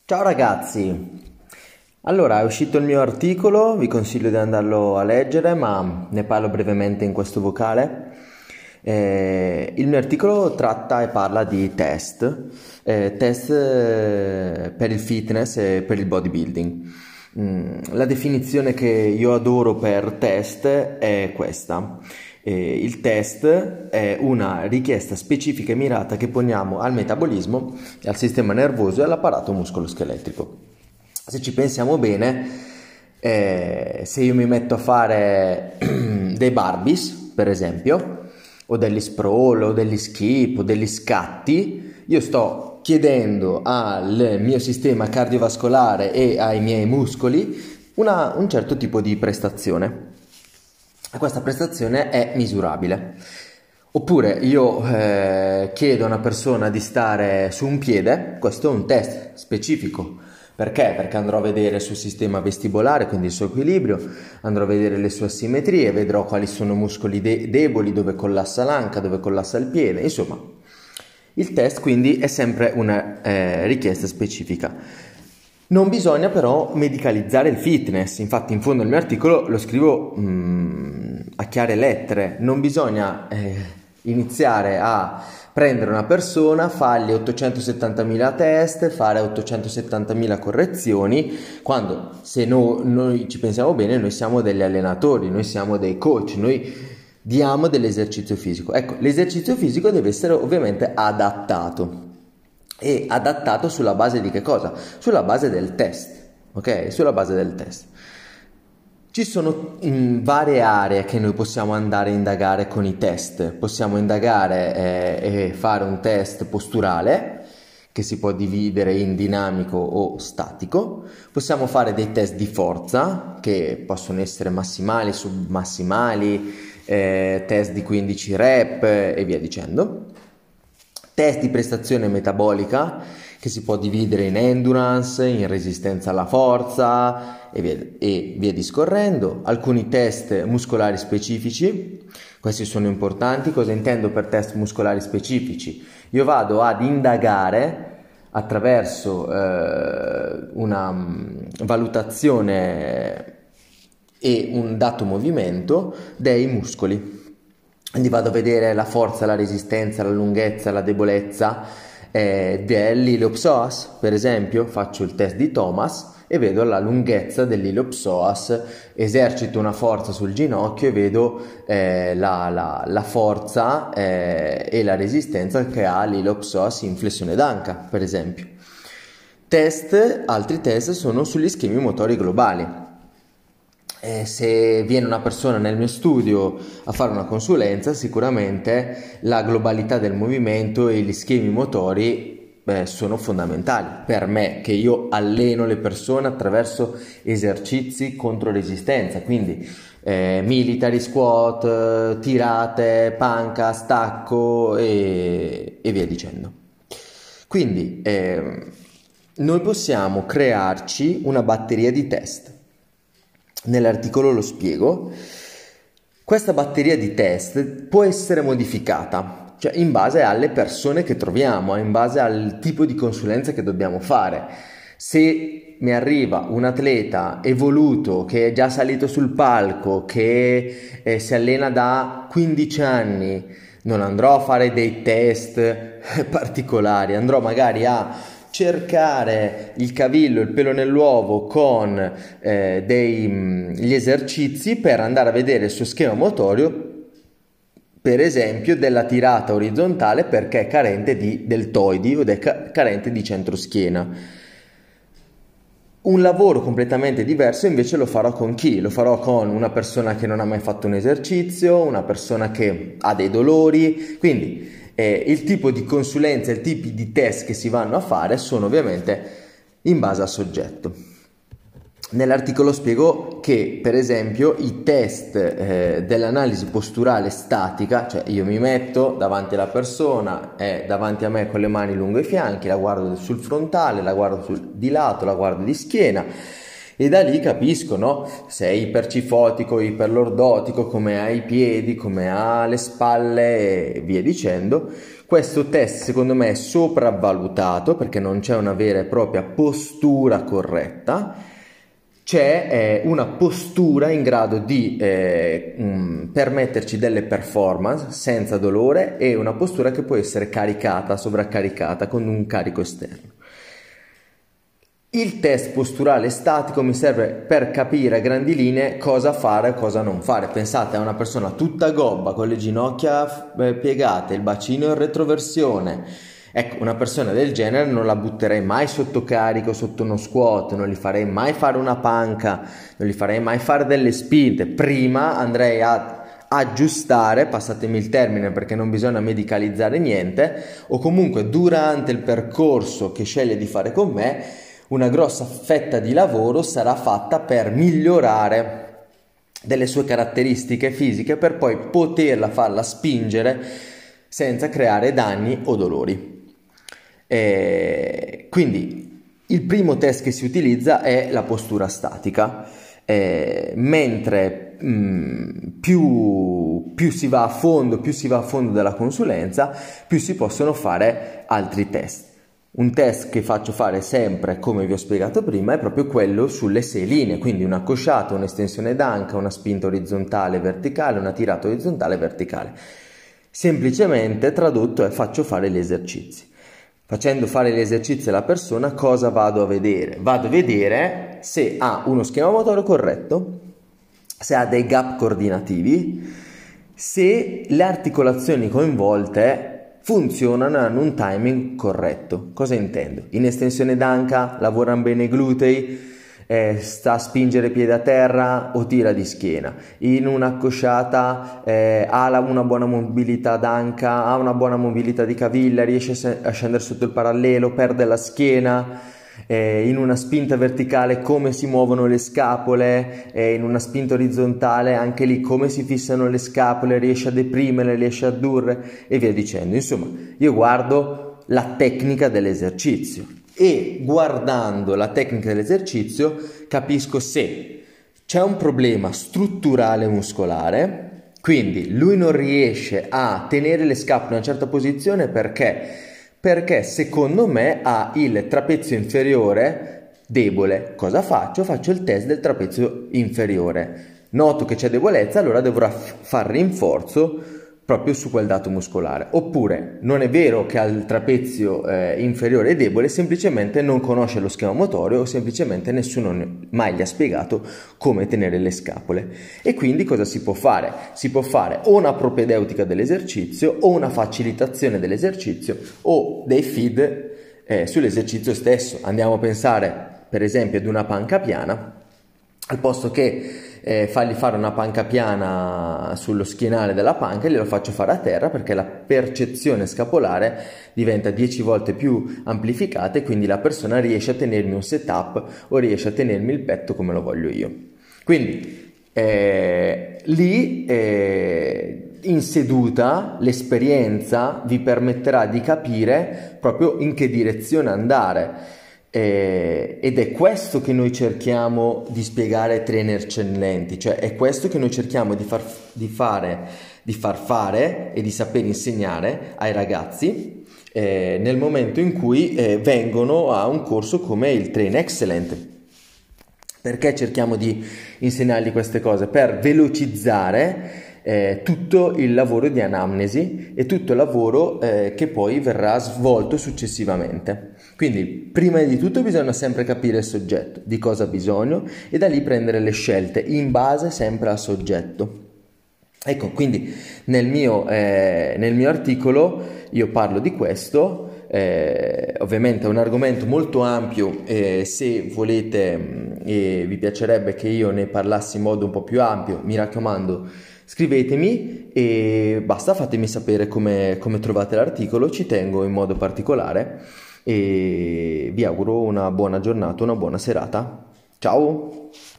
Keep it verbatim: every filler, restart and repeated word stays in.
Ciao ragazzi, allora è uscito il mio articolo, vi consiglio di andarlo a leggere, ma ne parlo brevemente in questo vocale. Eh, il mio articolo tratta e parla di test, eh, test eh, per il fitness e per il bodybuilding. Mm, la definizione che io adoro per test è questa. Eh, il test è una richiesta specifica e mirata che poniamo al metabolismo, al sistema nervoso e all'apparato muscoloscheletrico. Se ci pensiamo bene, eh, se io mi metto a fare dei burpees, per esempio, o degli sprawl, o degli skip, o degli scatti, io sto chiedendo al mio sistema cardiovascolare e ai miei muscoli una, un certo tipo di prestazione. E questa prestazione è misurabile. Oppure io eh, chiedo a una persona di stare su un piede, questo è un test specifico. Perché? Perché andrò a vedere il suo sistema vestibolare, quindi il suo equilibrio, andrò a vedere le sue asimmetrie, vedrò quali sono i muscoli de- deboli, dove collassa l'anca, dove collassa il piede, insomma. Il test quindi è sempre una eh, richiesta specifica. Non bisogna però medicalizzare il fitness, infatti in fondo al mio articolo lo scrivo mh, a chiare lettere, non bisogna eh, iniziare a prendere una persona, fargli ottocentosettantamila test, fare ottocentosettantamila correzioni, quando se no, noi ci pensiamo bene noi siamo degli allenatori, noi siamo dei coach, noi diamo dell'esercizio fisico. Ecco, l'esercizio fisico deve essere ovviamente adattato. E adattato sulla base di che cosa? Sulla base del test, ok? Sulla base del test. Ci sono mh, varie aree che noi possiamo andare a indagare con i test. Possiamo indagare eh, e fare un test posturale, che si può dividere in dinamico o statico. Possiamo fare dei test di forza, che possono essere massimali, submassimali, eh, test di quindici rep e via dicendo. Test di prestazione metabolica che si può dividere in endurance, in resistenza alla forza e via, e via discorrendo. Alcuni test muscolari specifici, questi sono importanti. Cosa intendo per test muscolari specifici? Io vado ad indagare attraverso eh, una um, valutazione e un dato movimento dei muscoli. Quindi vado a vedere la forza, la resistenza, la lunghezza, la debolezza eh, dell'iliopsoas, per esempio faccio il test di Thomas e vedo la lunghezza dell'iliopsoas, esercito una forza sul ginocchio e vedo eh, la, la, la forza eh, e la resistenza che ha l'iliopsoas in flessione d'anca, per esempio. Test, altri test sono sugli schemi motori globali. Eh, se viene una persona nel mio studio a fare una consulenza, sicuramente la globalità del movimento e gli schemi motori eh, sono fondamentali per me, che io alleno le persone attraverso esercizi contro resistenza, quindi eh, military squat, tirate, panca, stacco e, e via dicendo. Quindi eh, noi possiamo crearci una batteria di test. Nell'articolo lo spiego. Questa batteria di test può essere modificata, cioè in base alle persone che troviamo, in base al tipo di consulenza che dobbiamo fare. Se mi arriva un atleta evoluto che è già salito sul palco, che eh, si allena da quindici anni, non andrò a fare dei test particolari, andrò magari a cercare il cavillo, il pelo nell'uovo con eh, dei, mh, gli esercizi per andare a vedere il suo schema motorio, per esempio della tirata orizzontale, perché è carente di deltoidi o è ca- carente di centroschiena. Un lavoro completamente diverso invece lo farò con chi? Lo farò con una persona che non ha mai fatto un esercizio, una persona che ha dei dolori, quindi Eh, il tipo di consulenza e il tipo di test che si vanno a fare sono ovviamente in base al soggetto. Nell'articolo spiego che, per esempio, i test eh, dell'analisi posturale statica, cioè io mi metto davanti alla persona, è davanti a me con le mani lungo i fianchi, la guardo sul frontale, la guardo sul, di lato, la guardo di schiena, e da lì capisco, no? Se è ipercifotico, iperlordotico, come ha i piedi, come ha le spalle e via dicendo. Questo test secondo me è sopravvalutato perché non c'è una vera e propria postura corretta. C'è eh, una postura in grado di eh, mh, permetterci delle performance senza dolore e una postura che può essere caricata, sovraccaricata con un carico esterno. Il test posturale statico mi serve per capire a grandi linee cosa fare e cosa non fare. Pensate a una persona tutta gobba, con le ginocchia eh, piegate, il bacino in retroversione. Ecco, una persona del genere non la butterei mai sotto carico, sotto uno squat, non gli farei mai fare una panca, non gli farei mai fare delle spinte. Prima andrei a aggiustare, passatemi il termine perché non bisogna medicalizzare niente, o comunque durante il percorso che sceglie di fare con me, una grossa fetta di lavoro sarà fatta per migliorare delle sue caratteristiche fisiche per poi poterla farla spingere senza creare danni o dolori. E quindi il primo test che si utilizza è la postura statica, eh, mentre mh, più, più si va a fondo, più si va a fondo della consulenza, più si possono fare altri test. Un test che faccio fare sempre, come vi ho spiegato prima, è proprio quello sulle sei linee, quindi una cosciata, un'estensione d'anca, una spinta orizzontale verticale, una tirata orizzontale verticale. Semplicemente tradotto è faccio fare gli esercizi. Facendo fare gli esercizi alla persona, cosa vado a vedere? Vado a vedere se ha uno schema motorio corretto, se ha dei gap coordinativi, se le articolazioni coinvolte funzionano, hanno un timing corretto. Cosa intendo? In estensione d'anca lavorano bene i glutei, eh, sta a spingere piede a terra o tira di schiena. In una accosciata eh, ha la, una buona mobilità d'anca, ha una buona mobilità di caviglia, riesce a scendere sotto il parallelo, perde la schiena. Eh, in una spinta verticale come si muovono le scapole, eh, in una spinta orizzontale anche lì come si fissano le scapole, riesce a deprimerle, riesce a addurre e via dicendo. Insomma, io guardo la tecnica dell'esercizio e guardando la tecnica dell'esercizio capisco se c'è un problema strutturale muscolare, quindi lui non riesce a tenere le scapole in una certa posizione perché perché secondo me ha il trapezio inferiore debole. Cosa faccio? Faccio il test del trapezio inferiore. Noto che c'è debolezza, allora dovrò far rinforzo proprio su quel dato muscolare. Oppure non è vero che ha il trapezio eh, inferiore debole, semplicemente non conosce lo schema motorio o semplicemente nessuno mai gli ha spiegato come tenere le scapole. E quindi cosa si può fare? Si può fare o una propedeutica dell'esercizio o una facilitazione dell'esercizio o dei feed eh, sull'esercizio stesso. Andiamo a pensare per esempio ad una panca piana, al posto che eh, fargli fare una panca piana sullo schienale della panca, glielo faccio fare a terra perché la percezione scapolare diventa dieci volte più amplificata e quindi la persona riesce a tenermi un setup o riesce a tenermi il petto come lo voglio io. Quindi eh, lì eh, in seduta l'esperienza vi permetterà di capire proprio in che direzione andare. Eh, ed è questo che noi cerchiamo di spiegare ai trainer eccellenti, cioè è questo che noi cerchiamo di far, di fare, di far fare e di saper insegnare ai ragazzi eh, nel momento in cui eh, vengono a un corso come il Train Excellent. Perché cerchiamo di insegnargli queste cose? Per velocizzare Eh, tutto il lavoro di anamnesi e tutto il lavoro eh, che poi verrà svolto successivamente. Quindi prima di tutto bisogna sempre capire il soggetto, di cosa ha bisogno e da lì prendere le scelte in base sempre al soggetto. Ecco, quindi nel mio, eh, nel mio articolo io parlo di questo. Eh, ovviamente è un argomento molto ampio e se volete mh, e vi piacerebbe che io ne parlassi in modo un po' più ampio, mi raccomando, scrivetemi e basta, fatemi sapere come, come trovate l'articolo, ci tengo in modo particolare e vi auguro una buona giornata, una buona serata. Ciao!